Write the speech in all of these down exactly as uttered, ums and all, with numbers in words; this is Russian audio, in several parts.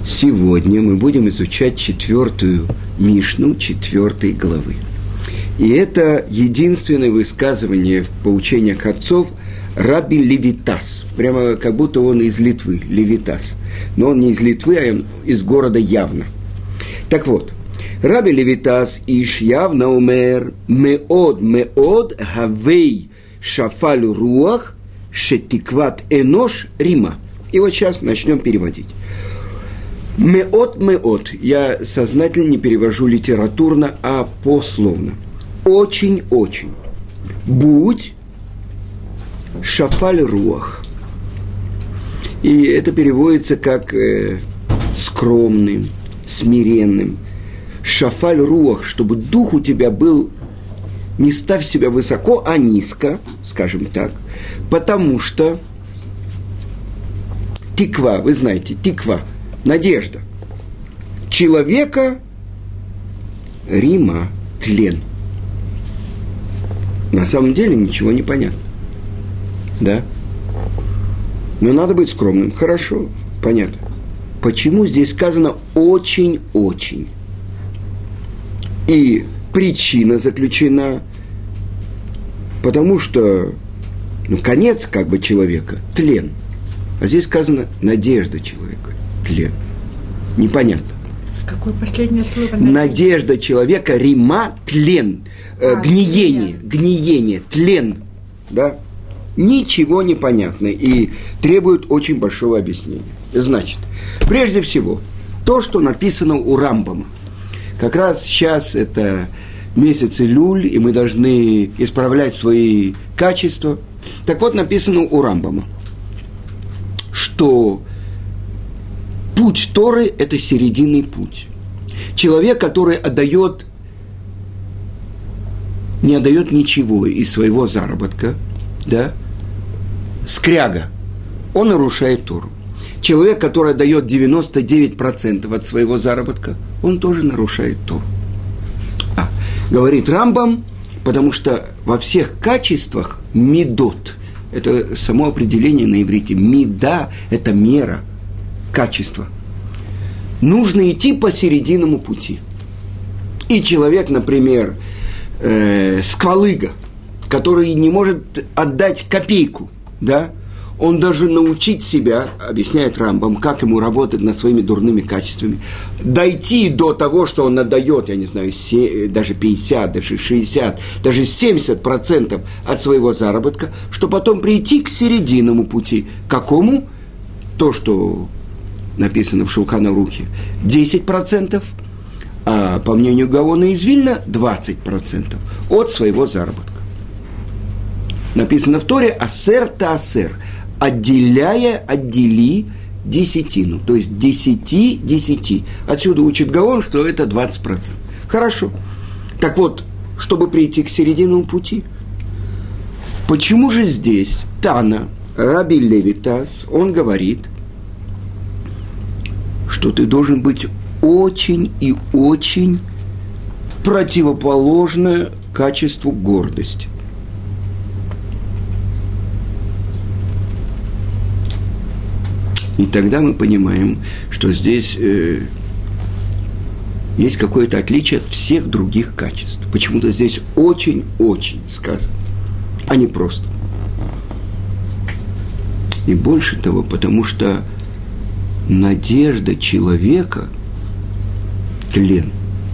Сегодня мы будем изучать четвертую Мишну четвертой главы. И это единственное высказывание в поучениях отцов Раби Левитас. Прямо как будто он из Литвы, Левитас. Но он не из Литвы, а он из города Явна. Так вот, Раби Левитас иш Явна умер меод меод гавей шафаль руах шетикват энош рима. И вот сейчас начнем переводить. Меот-меот. Я сознательно не перевожу литературно, а пословно. Очень-очень. Будь шафаль руах. И это переводится как э, скромным, смиренным. Шафаль руах, чтобы дух у тебя был, не ставь себя высоко, а низко, скажем так, потому что тиква, вы знаете, тиква, надежда человека, Рима, тлен. На самом деле ничего не понятно. Да? Но надо быть скромным. Хорошо, понятно. Почему здесь сказано очень-очень? И причина заключена, потому что, ну, конец как бы человека – тлен. А здесь сказано надежда человека. Тлен. Непонятно. Какое последнее слово? Надежда, надежда человека, рима, тлен. А, э, гниение, тлен. гниение, тлен. Да? Ничего не понятно и требует очень большого объяснения. Значит, прежде всего, то, что написано у Рамбама. Как раз сейчас это месяц Илюль, и мы должны исправлять свои качества. Так вот, написано у Рамбама, что путь Торы – это серединный путь. Человек, который отдает, не отдает ничего из своего заработка, да, скряга, он нарушает Тору. Человек, который отдает девяносто девять процентов от своего заработка, он тоже нарушает Тору. А, говорит Рамбам, потому что во всех качествах мидот – это само определение на иврите. Мида – это мера, качество. Нужно идти по серединному пути. И человек, например, э, сквалыга, который не может отдать копейку, да, он должен научить себя, объясняет Рамбам, как ему работать над своими дурными качествами, дойти до того, что он отдает, я не знаю, даже пятьдесят, даже шестьдесят, даже семьдесят процентов от своего заработка, чтобы потом прийти к серединному пути. Какому? То, что написано в Шулхан Арухе, десять процентов, а по мнению Гаона из Вильна, двадцать процентов от своего заработка. Написано в Торе «асер та асер», отделяя, отдели десятину, то есть десяти, десяти. Отсюда учит Гаон, что это двадцать процентов. Хорошо. Так вот, чтобы прийти к серединному пути, почему же здесь Тана, Раби Левитас, он говорит, что ты должен быть очень и очень противоположное качеству гордости. И тогда мы понимаем, что здесь э, есть какое-то отличие от всех других качеств. Почему-то здесь очень-очень сказано, а не просто. И больше того, потому что надежда человека – тлен.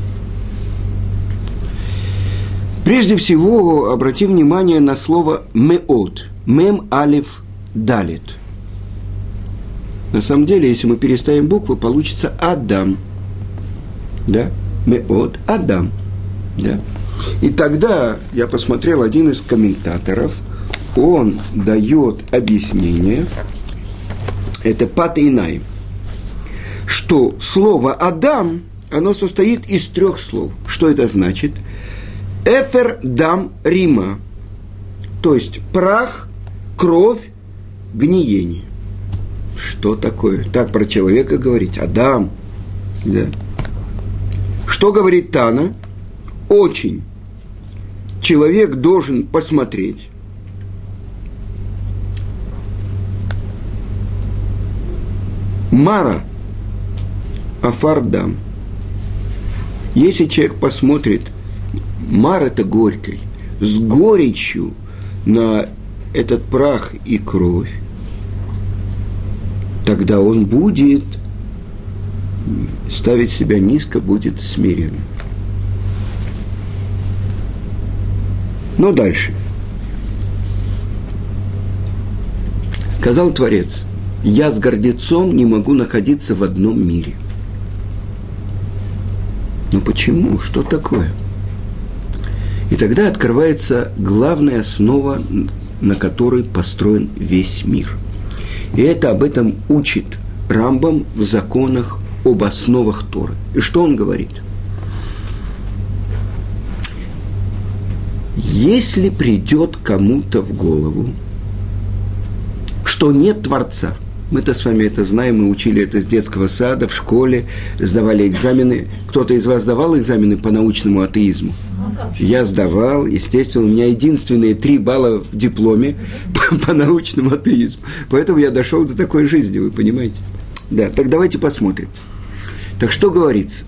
Прежде всего, обратим внимание на слово «меот», «мем алиф далит». На самом деле, если мы переставим буквы, получится «Адам». Да? «Меот», «Адам». Да? И тогда я посмотрел один из комментаторов, он дает объяснение, это Патейнаим, что слово «Адам», оно состоит из трех слов. Что это значит? «Эфер дам рима», то есть прах, кровь, гниение. Что такое? Так про человека говорить. Адам. Да. Что говорит Тана? Очень. Человек должен посмотреть. Мара. афардам. Если человек посмотрит, мар это горькой, с горечью на этот прах и кровь, тогда он будет ставить себя низко, будет смирен. Но дальше. Сказал Творец: я с гордецом не могу находиться в одном мире. Но почему? Что такое? И тогда открывается главная основа, на которой построен весь мир. И это об этом учит Рамбам в законах об основах Торы. И что он говорит? Если придет кому-то в голову, что нет Творца, мы-то с вами это знаем, мы учили это с детского сада, в школе, сдавали экзамены. Кто-то из вас сдавал экзамены по научному атеизму? Я сдавал, естественно, у меня единственные три балла в дипломе по, по научному атеизму. Поэтому я дошел до такой жизни, вы понимаете? Да, так давайте посмотрим. Так что говорится?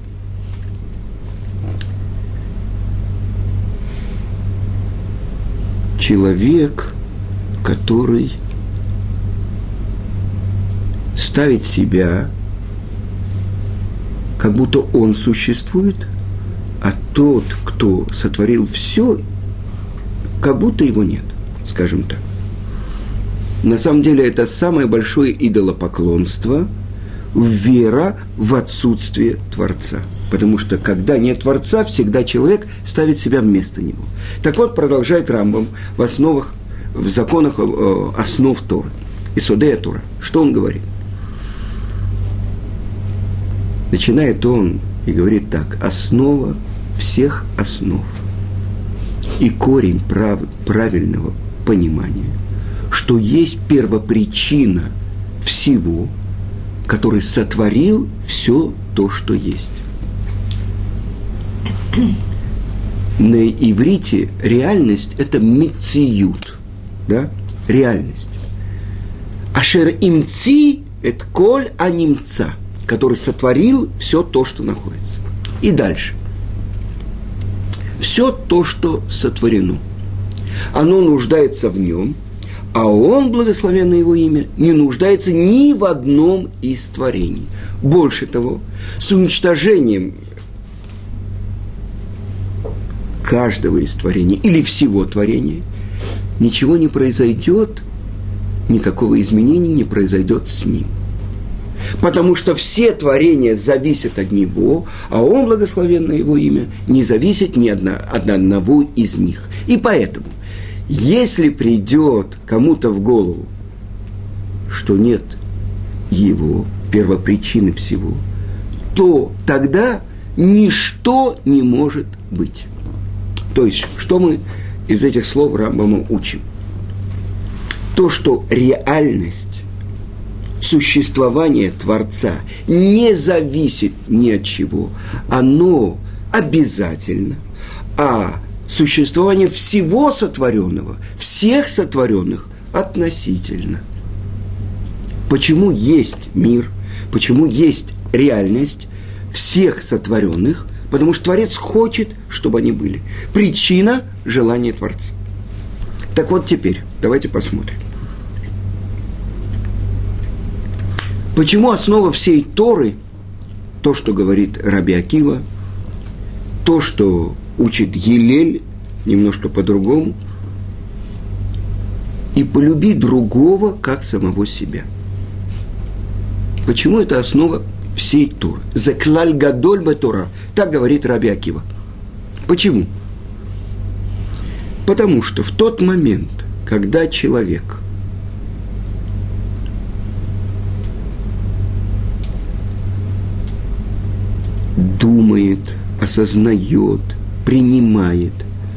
Человек, который ставит себя, как будто он существует, а тот, кто сотворил все, как будто его нет, скажем так. На самом деле это самое большое идолопоклонство, вера в отсутствие Творца. Потому что когда нет Творца, всегда человек ставит себя вместо него. Так вот, продолжает Рамбам в основах, в законах основ Торы, Исодея Тора. Что он говорит? Начинает он и говорит так: основа всех основ и корень прав, правильного понимания, что есть первопричина всего, который сотворил все то, что есть. На иврите реальность – это мециют, да? Реальность. Ашер имци – это коль анимца, который сотворил все то, что находится. И дальше. Все то, что сотворено, оно нуждается в нем, а он, благословенное его имя, не нуждается ни в одном из творений. Больше того, с уничтожением каждого из творений или всего творения ничего не произойдет, никакого изменения не произойдет с ним. Потому что все творения зависят от него, а он, благословенное его имя, не зависит ни от одного из них. И поэтому, если придет кому-то в голову, что нет его, первопричины всего, то тогда ничто не может быть. То есть, что мы из этих слов Рамбама учим? То, что реальность существование Творца не зависит ни от чего, оно обязательно, а существование всего сотворенного, всех сотворенных относительно. Почему есть мир, почему есть реальность всех сотворенных? Потому что Творец хочет, чтобы они были. Причина – желание Творца. Так вот теперь, давайте посмотрим. Почему основа всей Торы, то, что говорит Раби Акива, то, что учит Гилель, немножко по-другому, и полюби другого, как самого себя. Почему это основа всей Торы? Заклаль гадоль бе Тора, так говорит Раби Акива. Почему? Потому что в тот момент, когда человек думает, осознает, принимает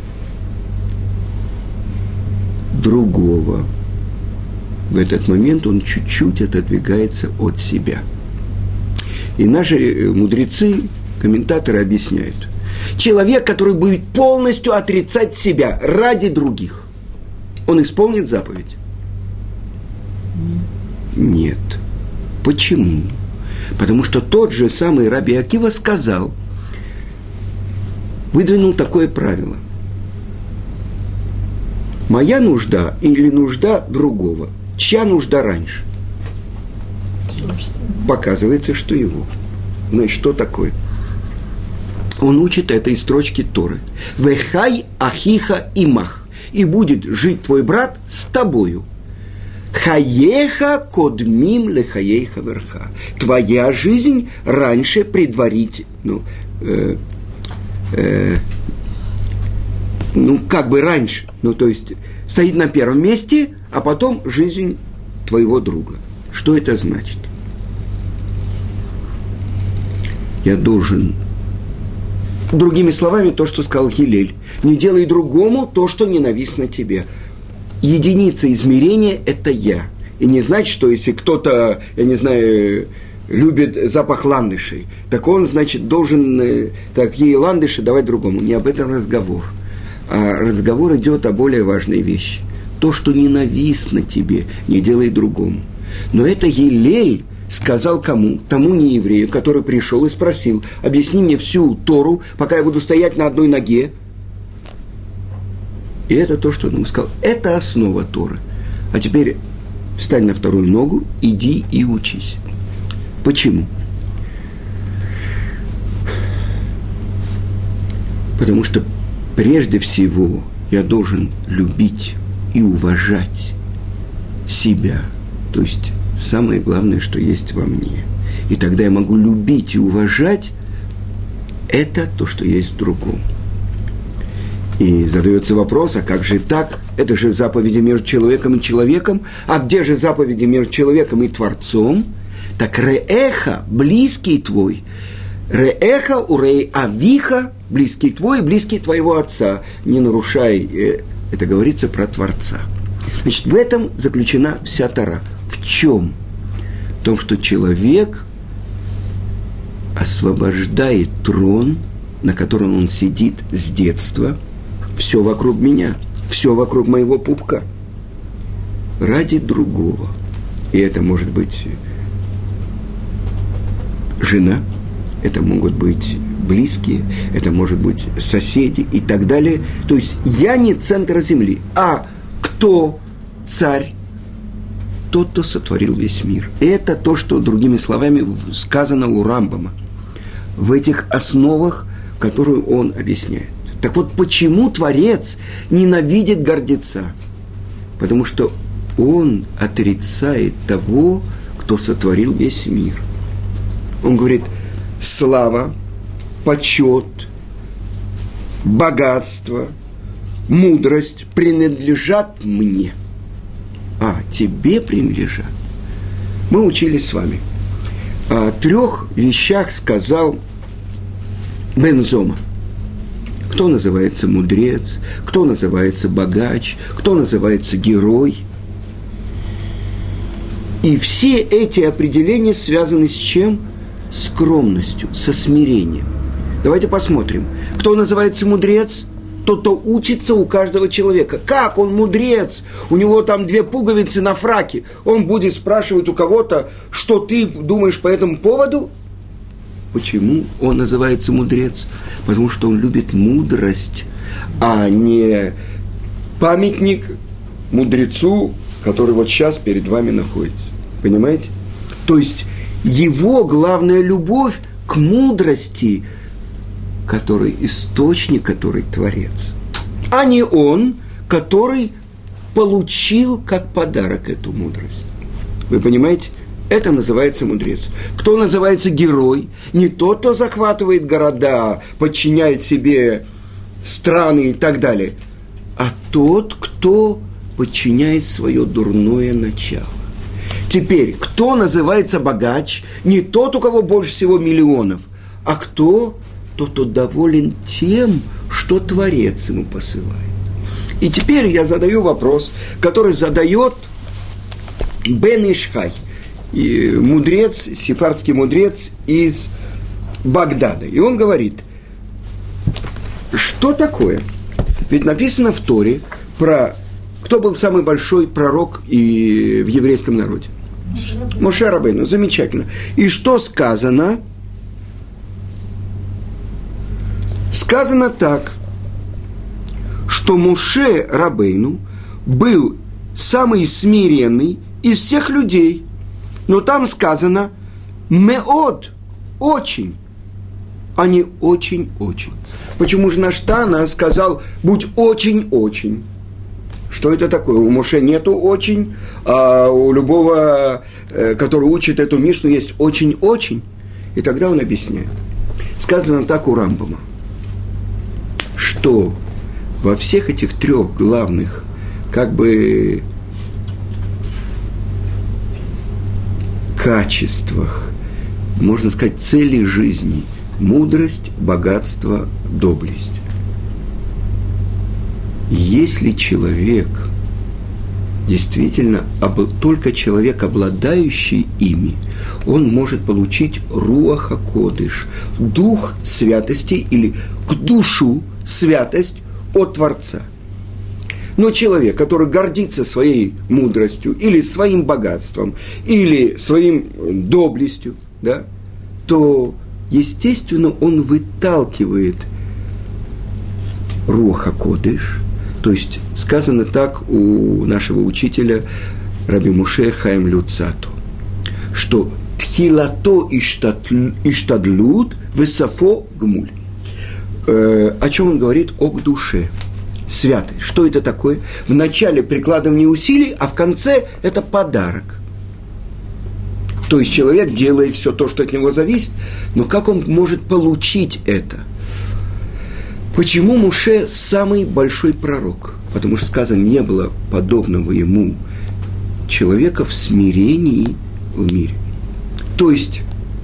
другого, в этот момент он чуть-чуть отодвигается от себя. И наши мудрецы, комментаторы объясняют: человек, который будет полностью отрицать себя ради других, он исполнит заповедь? Нет. Почему? Потому что тот же самый Раби Акива сказал, выдвинул такое правило. Моя нужда или нужда другого? Чья нужда раньше? Показывается, что его. Значит, что такое? Он учит этой строчки Торы. «Вехай ахиха имах». И будет жить твой брат с тобою. «Хаеха кодмим лехаейха верха». Твоя жизнь раньше предварить, ну, э, э, ну, как бы раньше. Ну, то есть, стоит на первом месте, а потом жизнь твоего друга. Что это значит? Я должен, другими словами, то, что сказал Гилель, не делай другому то, что ненавистно тебе. Единица измерения – это я. И не значит, что если кто-то, я не знаю, любит запах ландышей, так он, значит, должен такие ландыши давать другому. Не об этом разговор. А разговор идет о более важной вещи. То, что ненавистно тебе, не делай другому. Но это Гилель сказал кому? Тому нееврею, который пришел и спросил, объясни мне всю Тору, пока я буду стоять на одной ноге. И это то, что он ему сказал. Это основа Торы. А теперь встань на вторую ногу, иди и учись. Почему? Потому что прежде всего я должен любить и уважать себя. То есть самое главное, что есть во мне. И тогда я могу любить и уважать это то, что есть в другом. И задается вопрос, а как же так? Это же заповеди между человеком и человеком. А где же заповеди между человеком и Творцом? Так реэха, близкий твой. Реэха урей авиха, близкий твой, близкий твоего отца. Не нарушай, это говорится про Творца. Значит, в этом заключена вся Тора. В чем? В том, что человек освобождает трон, на котором он сидит с детства, все вокруг меня, все вокруг моего пупка, ради другого. И это может быть жена, это могут быть близкие, это может быть соседи и так далее. То есть я не центр земли, а кто царь? Тот, кто сотворил весь мир. Это то, что, другими словами, сказано у Рамбама. В этих основах, которые он объясняет. Так вот, почему Творец ненавидит гордеца? Потому что он отрицает того, кто сотворил весь мир. Он говорит, слава, почет, богатство, мудрость принадлежат мне. А тебе принадлежат. Мы учились с вами. О трех вещах сказал Бен Зома. Кто называется мудрец, кто называется богач, кто называется герой. И все эти определения связаны с чем? С скромностью, со смирением. Давайте посмотрим. Кто называется мудрец? Тот, кто учится у каждого человека. Как он мудрец? У него там две пуговицы на фраке. Он будет спрашивать у кого-то, что ты думаешь по этому поводу? Почему он называется мудрец? Потому что он любит мудрость, а не памятник мудрецу, который вот сейчас перед вами находится. Понимаете? То есть его главная любовь к мудрости, который источник, который Творец, а не он, который получил как подарок эту мудрость. Вы понимаете? Это называется мудрец. Кто называется герой? Не тот, кто захватывает города, подчиняет себе страны и так далее, а тот, кто подчиняет свое дурное начало. Теперь, кто называется богач? Не тот, у кого больше всего миллионов, а кто? Тот, кто доволен тем, что Творец ему посылает. И теперь я задаю вопрос, который задает Бен Ишхай, мудрец, сефардский мудрец из Багдада. И он говорит, что такое? Ведь написано в Торе про кто был самый большой пророк и в еврейском народе. Моше Рабейну, замечательно. И что сказано? Сказано так, что Моше Рабейну был самый смиренный из всех людей. Но там сказано «меод» – «очень», а не «очень-очень». Почему же наш Тана сказал «будь очень-очень»? Что это такое? У Моше нету «очень», а у любого, который учит эту Мишну, есть «очень-очень». И тогда он объясняет. Сказано так у Рамбама, что во всех этих трех главных, как бы, качествах, можно сказать, цели жизни – мудрость, богатство, доблесть. Если человек, действительно, только человек, обладающий ими, он может получить руах а-кодыш, дух святости или к душу святость от Творца. Но человек, который гордится своей мудростью или своим богатством, или своим доблестью, да, то, естественно, он выталкивает руах а-кодыш. То есть сказано так у нашего учителя Раби Моше Хаим Люцату, что «тхилато иштадлут весафо гмуль». Э, о чем он говорит? О к душе. Святость. Что это такое? В начале прикладывание усилий, а в конце это подарок. То есть человек делает все то, что от него зависит, но как он может получить это? Почему Моше самый большой пророк? Потому что сказано, не было подобного ему человека в смирении в мире. То есть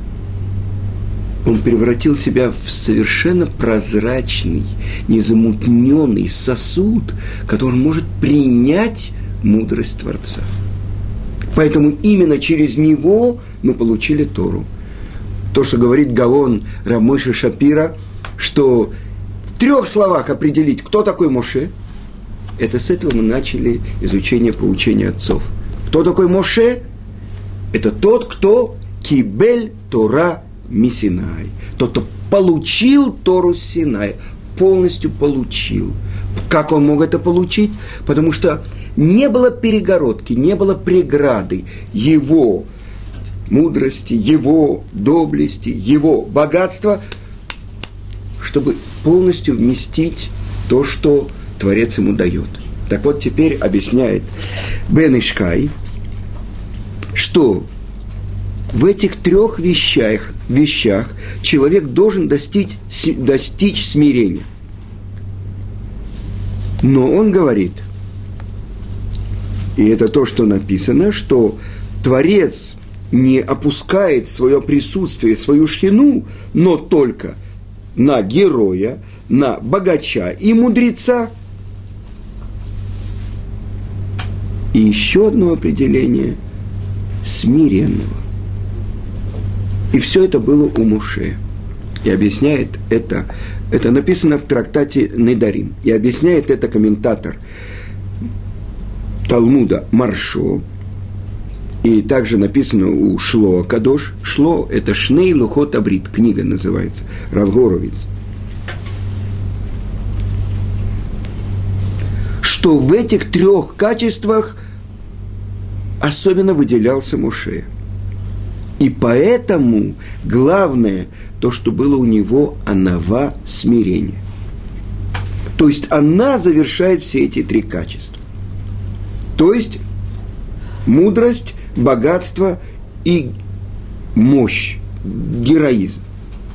он превратил себя в совершенно прозрачный, незамутненный сосуд, который может принять мудрость Творца. Поэтому именно через него мы получили Тору. То, что говорит Гаон Рав Мойше Шапира, что в трех словах определить, кто такой Моше, это с этого мы начали изучение по учению отцов. Кто такой Моше? Это тот, кто кибель Тора Мисинай. Тот, кто получил Тору с Синая, полностью получил. Как он мог это получить? Потому что не было перегородки, не было преграды его мудрости, его доблести, его богатства, чтобы полностью вместить то, что Творец ему дает. Так вот, теперь объясняет Бен Ишхай, что в этих трех вещах, вещах человек должен достичь, достичь смирения. Но он говорит, и это то, что написано, что Творец не опускает свое присутствие, свою шхину, но только на героя, на богача и мудреца. И еще одно определение – смиренного. И все это было у Моше. И объясняет это, это написано в трактате Недарим. И объясняет это комментатор Талмуда Маршо. И также написано у Шло Кадош. Шло – это Шней Лухот Абрит, книга называется, Рав Горовиц. Что в этих трех качествах особенно выделялся Моше. И поэтому главное то, что было у него анава, смирение. То есть она завершает все эти три качества. То есть мудрость, богатство и мощь, героизм.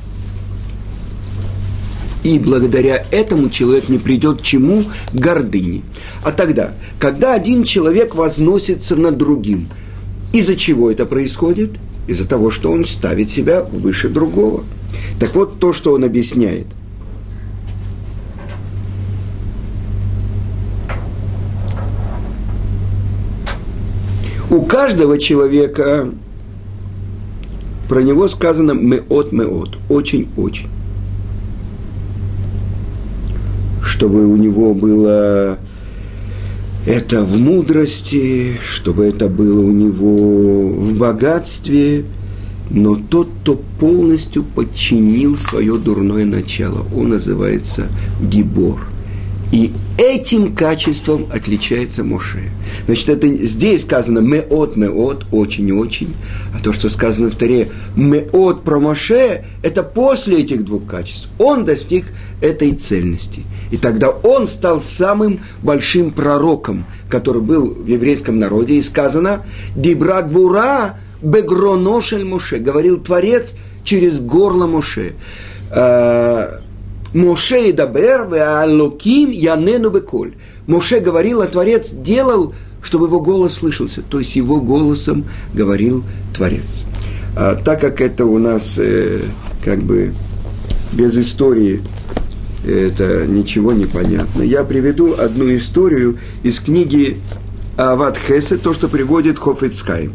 И благодаря этому человек не придет к чему? К гордыне. А тогда, когда один человек возносится над другим, из-за чего это происходит? Из-за того, что он ставит себя выше другого. Так вот, то, что он объясняет. У каждого человека про него сказано «меот-меот», очень-очень. Чтобы у него было это в мудрости, чтобы это было у него в богатстве, но тот, кто полностью подчинил свое дурное начало, он называется гибор. И этим качеством отличается Моше. Значит, это здесь сказано меот, меот, очень-очень. А то, что сказано в Торе меот про Моше, это после этих двух качеств. Он достиг этой цельности. И тогда он стал самым большим пророком, который был в еврейском народе. И сказано «Дибра гвура бегроно шель Моше», говорил Творец через горло Моше. Моше и дабер веалоким янену беколь. Моше говорил, а Творец делал, чтобы его голос слышался. То есть его голосом говорил Творец. А так как это у нас э, как бы без истории, это ничего не понятно. Я приведу одну историю из книги Ават Хесед, то, что приводит Хафец Хаим.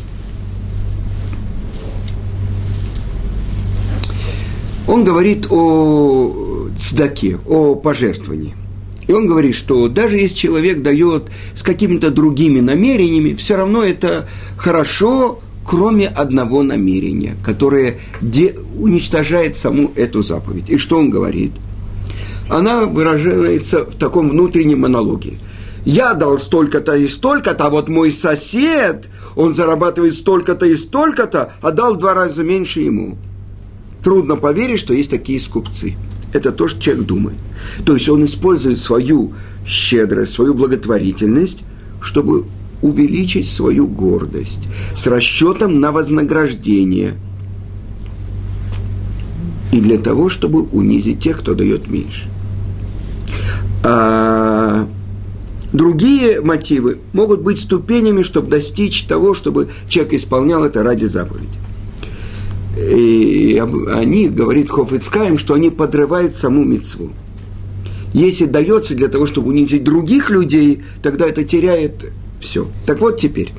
Он говорит о цдаке, о пожертвовании. И он говорит, что даже если человек дает с какими-то другими намерениями, все равно это хорошо, кроме одного намерения, которое де- уничтожает саму эту заповедь. И что он говорит? Она выражается в таком внутреннем монологе. Я дал столько-то и столько-то, а вот мой сосед, он зарабатывает столько-то и столько-то, а дал в два раза меньше ему. Трудно поверить, что есть такие скупцы. Это то, что человек думает. То есть он использует свою щедрость, свою благотворительность, чтобы увеличить свою гордость с расчетом на вознаграждение. И для того, чтобы унизить тех, кто дает меньше. А другие мотивы могут быть ступенями, чтобы достичь того, чтобы человек исполнял это ради заповеди. И о них говорит Хафец Хаим, что они подрывают саму мицву. Если дается для того, чтобы унизить других людей, тогда это теряет все. Так вот теперь,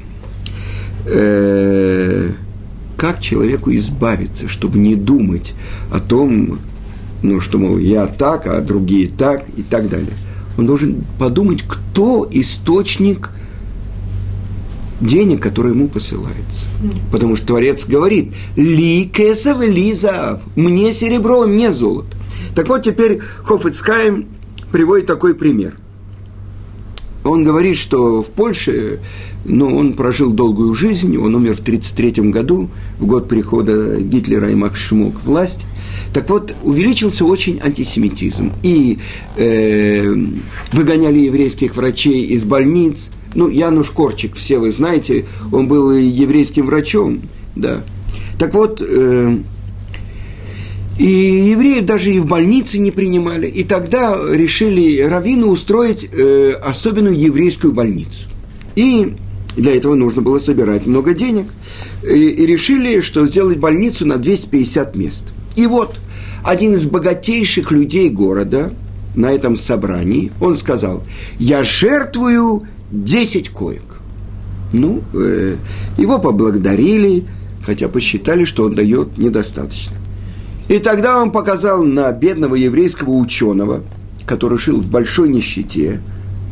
э, как человеку избавиться, чтобы не думать о том, ну, что, мол, я так, а другие так, и так далее. Он должен подумать, кто источник денег, которые ему посылаются. Потому что Творец говорит, «Ли кесов, ли заав», «Мне серебро, мне золото». Так вот, теперь Хафец Хаим приводит такой пример. Он говорит, что в Польше, ну, он прожил долгую жизнь, он умер в тридцать третьем году, в год прихода Гитлера и Макс Шмолк в власть. Так вот, увеличился очень антисемитизм. И э, выгоняли еврейских врачей из больниц. Ну, Януш Корчик, все вы знаете, он был еврейским врачом, да. Так вот, э, и евреев даже и в больнице не принимали. И тогда решили раввины устроить э, особенную еврейскую больницу. И для этого нужно было собирать много денег. И, и решили, что сделать больницу на двести пятьдесят мест. И вот один из богатейших людей города на этом собрании, он сказал, я жертвую десять коек. Ну, э, его поблагодарили, хотя посчитали, что он дает недостаточно. И тогда он показал на бедного еврейского ученого, который жил в большой нищете,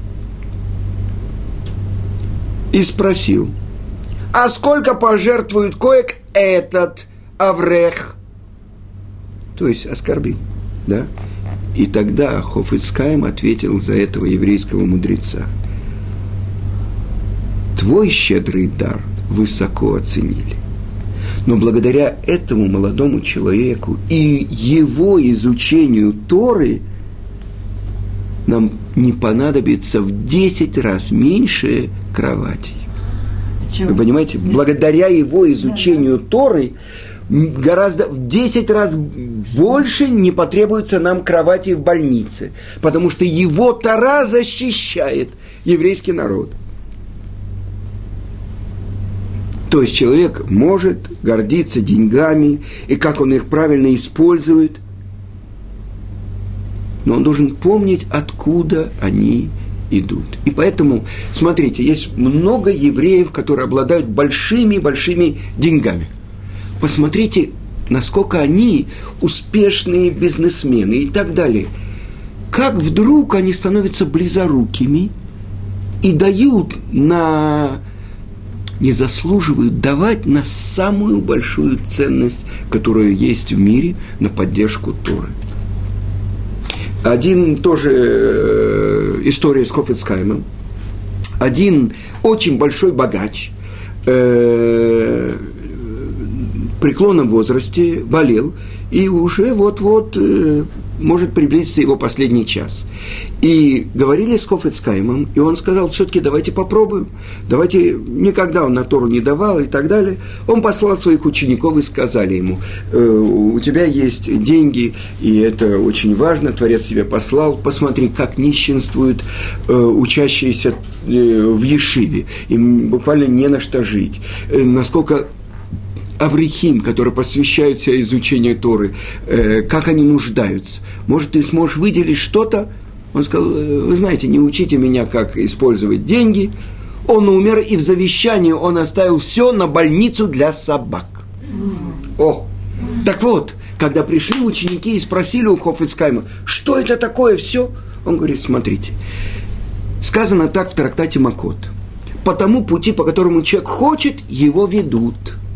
и спросил, а сколько пожертвует коек этот аврех? То есть оскорбил, да? И тогда Хафец Хаим ответил за этого еврейского мудреца. Твой щедрый дар высоко оценили. Но благодаря этому молодому человеку и его изучению Торы нам не понадобится в десять раз меньше кроватей. Чего? Вы понимаете? Благодаря его изучению Торы гораздо в десять раз больше не потребуется нам кровати в больнице, потому что его Тора защищает еврейский народ. То есть человек может гордиться деньгами и как он их правильно использует, но он должен помнить, откуда они идут. И поэтому, смотрите, есть много евреев, которые обладают большими-большими деньгами. Посмотрите, насколько они успешные бизнесмены и так далее. Как вдруг они становятся близорукими и дают на... не заслуживают давать на самую большую ценность, которая есть в мире, на поддержку Торы. Один тоже э, история с Хафец Хаимом. Один очень большой богач э, в преклонном возрасте болел, и уже вот-вот э, может приблизиться его последний час. И говорили с Хафец Хаимом, и он сказал, все-таки давайте попробуем, давайте, никогда он на Тору не давал и так далее. Он послал своих учеников и сказали ему, э, у тебя есть деньги, и это очень важно, Творец тебя послал, посмотри, как нищенствуют э, учащиеся э, в Ешиве, им буквально не на что жить, э, насколько... аврехим, которые посвящают себя изучению Торы, э, как они нуждаются. Может, ты сможешь выделить что-то? Он сказал, вы знаете, не учите меня, как использовать деньги. Он умер, и в завещании он оставил все на больницу для собак. О, так вот, когда пришли ученики и спросили у Хафец Хаима, что это такое все? Он говорит, смотрите, сказано так в трактате Макот. По тому пути, по которому человек хочет, его ведут.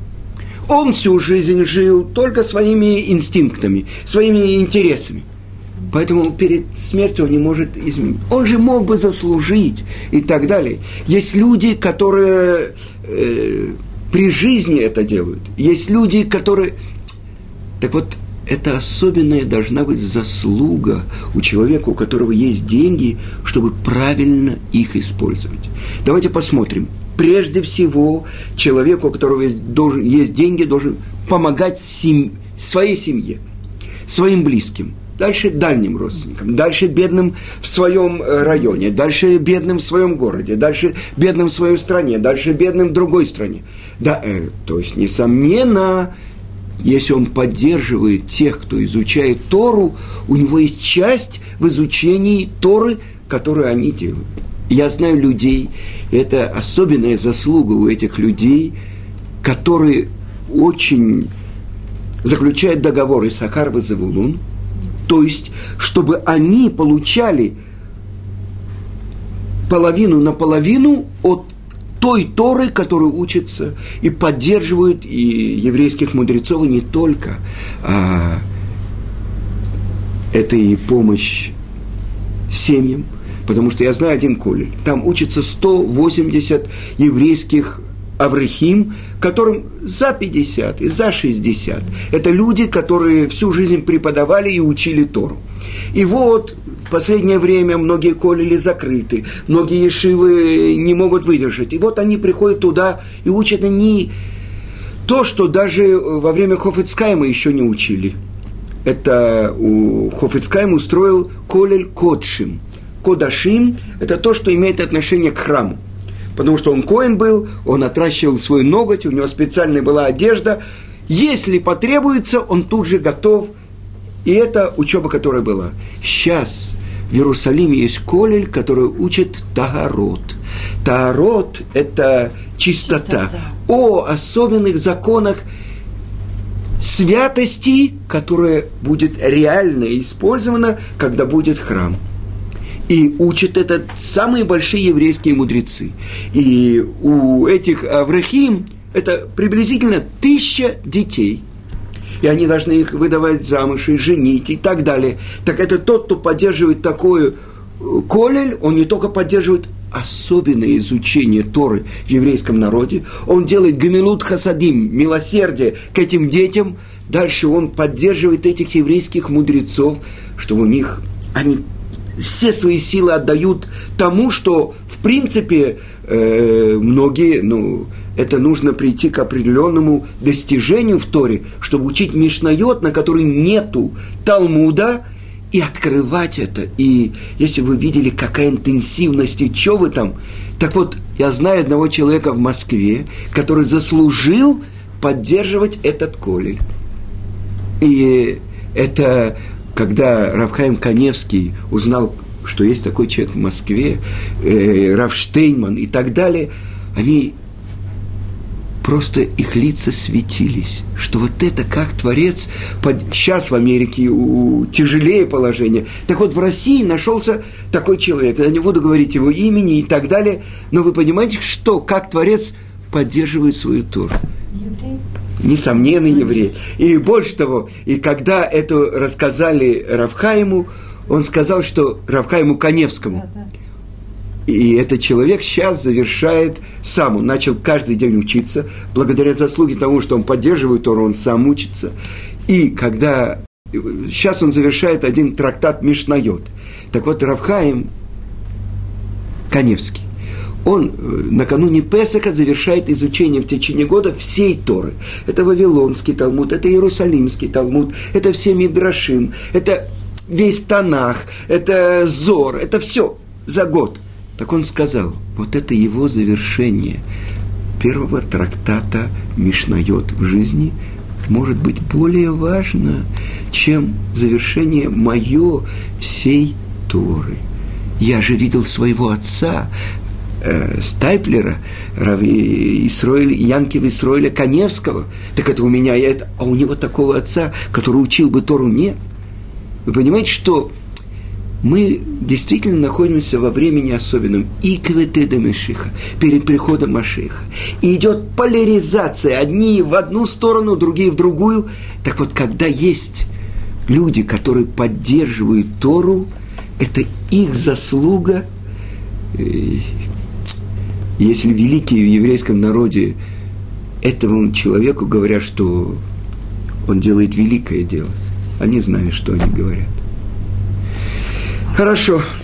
Он всю жизнь жил только своими инстинктами, своими интересами. Поэтому перед смертью он не может изменить. Он же мог бы заслужить и так далее. Есть люди, которые э, при жизни это делают. Есть люди, которые... Так вот, это особенная должна быть заслуга у человека, у которого есть деньги, чтобы правильно их использовать. Давайте посмотрим. Прежде всего, человеку, у которого есть, должен, есть деньги, должен помогать сем, своей семье, своим близким, дальше дальним родственникам, дальше бедным в своем районе, дальше бедным в своем городе, дальше бедным в своей стране, дальше бедным в другой стране. Да, э, то есть, несомненно, если он поддерживает тех, кто изучает Тору, у него есть часть в изучении Торы, которую они делают. Я знаю людей, это особенная заслуга у этих людей, которые очень заключают договоры с Исахар и Завулун, то есть, чтобы они получали половину на половину от той Торы, которую учатся и поддерживают и еврейских мудрецов, и не только. А это и помощь семьям. Потому что я знаю один колледж, там учатся сто восемьдесят еврейских аврехим, которым за пятьдесят и за шестьдесят. Это люди, которые всю жизнь преподавали и учили Тору. И вот в последнее время многие колледжи закрыты, многие ешивы не могут выдержать. И вот они приходят туда и учат они то, что даже во время Хафец Хаима еще не учили. Это у Хафец Хаим устроил колледж Кодшим. Кодашим – это то, что имеет отношение к храму. Потому что он коэн был, он отращивал свой ноготь, у него специальная была одежда. Если потребуется, он тут же готов. И это учеба, которая была. Сейчас в Иерусалиме есть колель, который учит таарот. Таарот – это чистота. чистота. О особенных законах святости, которая будет реально использована, когда будет храм. И учат это самые большие еврейские мудрецы. И у этих аврехим это приблизительно тысяча детей. И они должны их выдавать замуж и женить и так далее. Так это тот, кто поддерживает такой колель, он не только поддерживает особенное изучение Торы в еврейском народе, он делает гамилут хасадим, милосердие к этим детям. Дальше он поддерживает этих еврейских мудрецов, чтобы у них они все свои силы отдают тому, что, в принципе, э, многие, ну, это нужно прийти к определенному достижению в Торе, чтобы учить Мишнайот, на который нету Талмуда, и открывать это. И если вы видели, какая интенсивность, и что вы там. Так вот, я знаю одного человека в Москве, который заслужил поддерживать этот колель. И это... Когда Рав Хаим Каневский узнал, что есть такой человек в Москве, э, Рав Штейнман и так далее, они просто их лица светились, что вот это как Творец, под... сейчас в Америке у... тяжелее положение, так вот в России нашелся такой человек, я не буду говорить его имени и так далее, но вы понимаете, что, как Творец поддерживает свою Тору. Еврей. Несомненно, еврей. И больше того, и когда это рассказали Рав Хаиму, он сказал, что Рав Хаиму Каневскому, Да, да. и этот человек сейчас завершает сам, он начал каждый день учиться, благодаря заслуге тому, что он поддерживает Тору, он сам учится. И когда, сейчас он завершает один трактат Мишнайот. Так вот, Рав Хаим Каневский, он накануне Песаха завершает изучение в течение года всей Торы. Это Вавилонский Талмуд, это Иерусалимский Талмуд, это все Мидрашим, это весь Танах, это Зор, это все за год. Так он сказал, вот это его завершение первого трактата Мишнайот в жизни может быть более важно, чем завершение мое всей Торы. Я же видел своего отца, э, Стайплера, Рави Исроэль, Янкива Исроэля Каневского. Так это у меня, я это, а у него такого отца, который учил бы Тору, нет. Вы понимаете, что мы действительно находимся во времени особенном, и кветеда Машиха, перед приходом Машиха. И идет поляризация, одни в одну сторону, другие в другую. Так вот, когда есть люди, которые поддерживают Тору, это их заслуга. Если великие в еврейском народе этому человеку говорят, что он делает великое дело, они знают, что они говорят. Хорошо.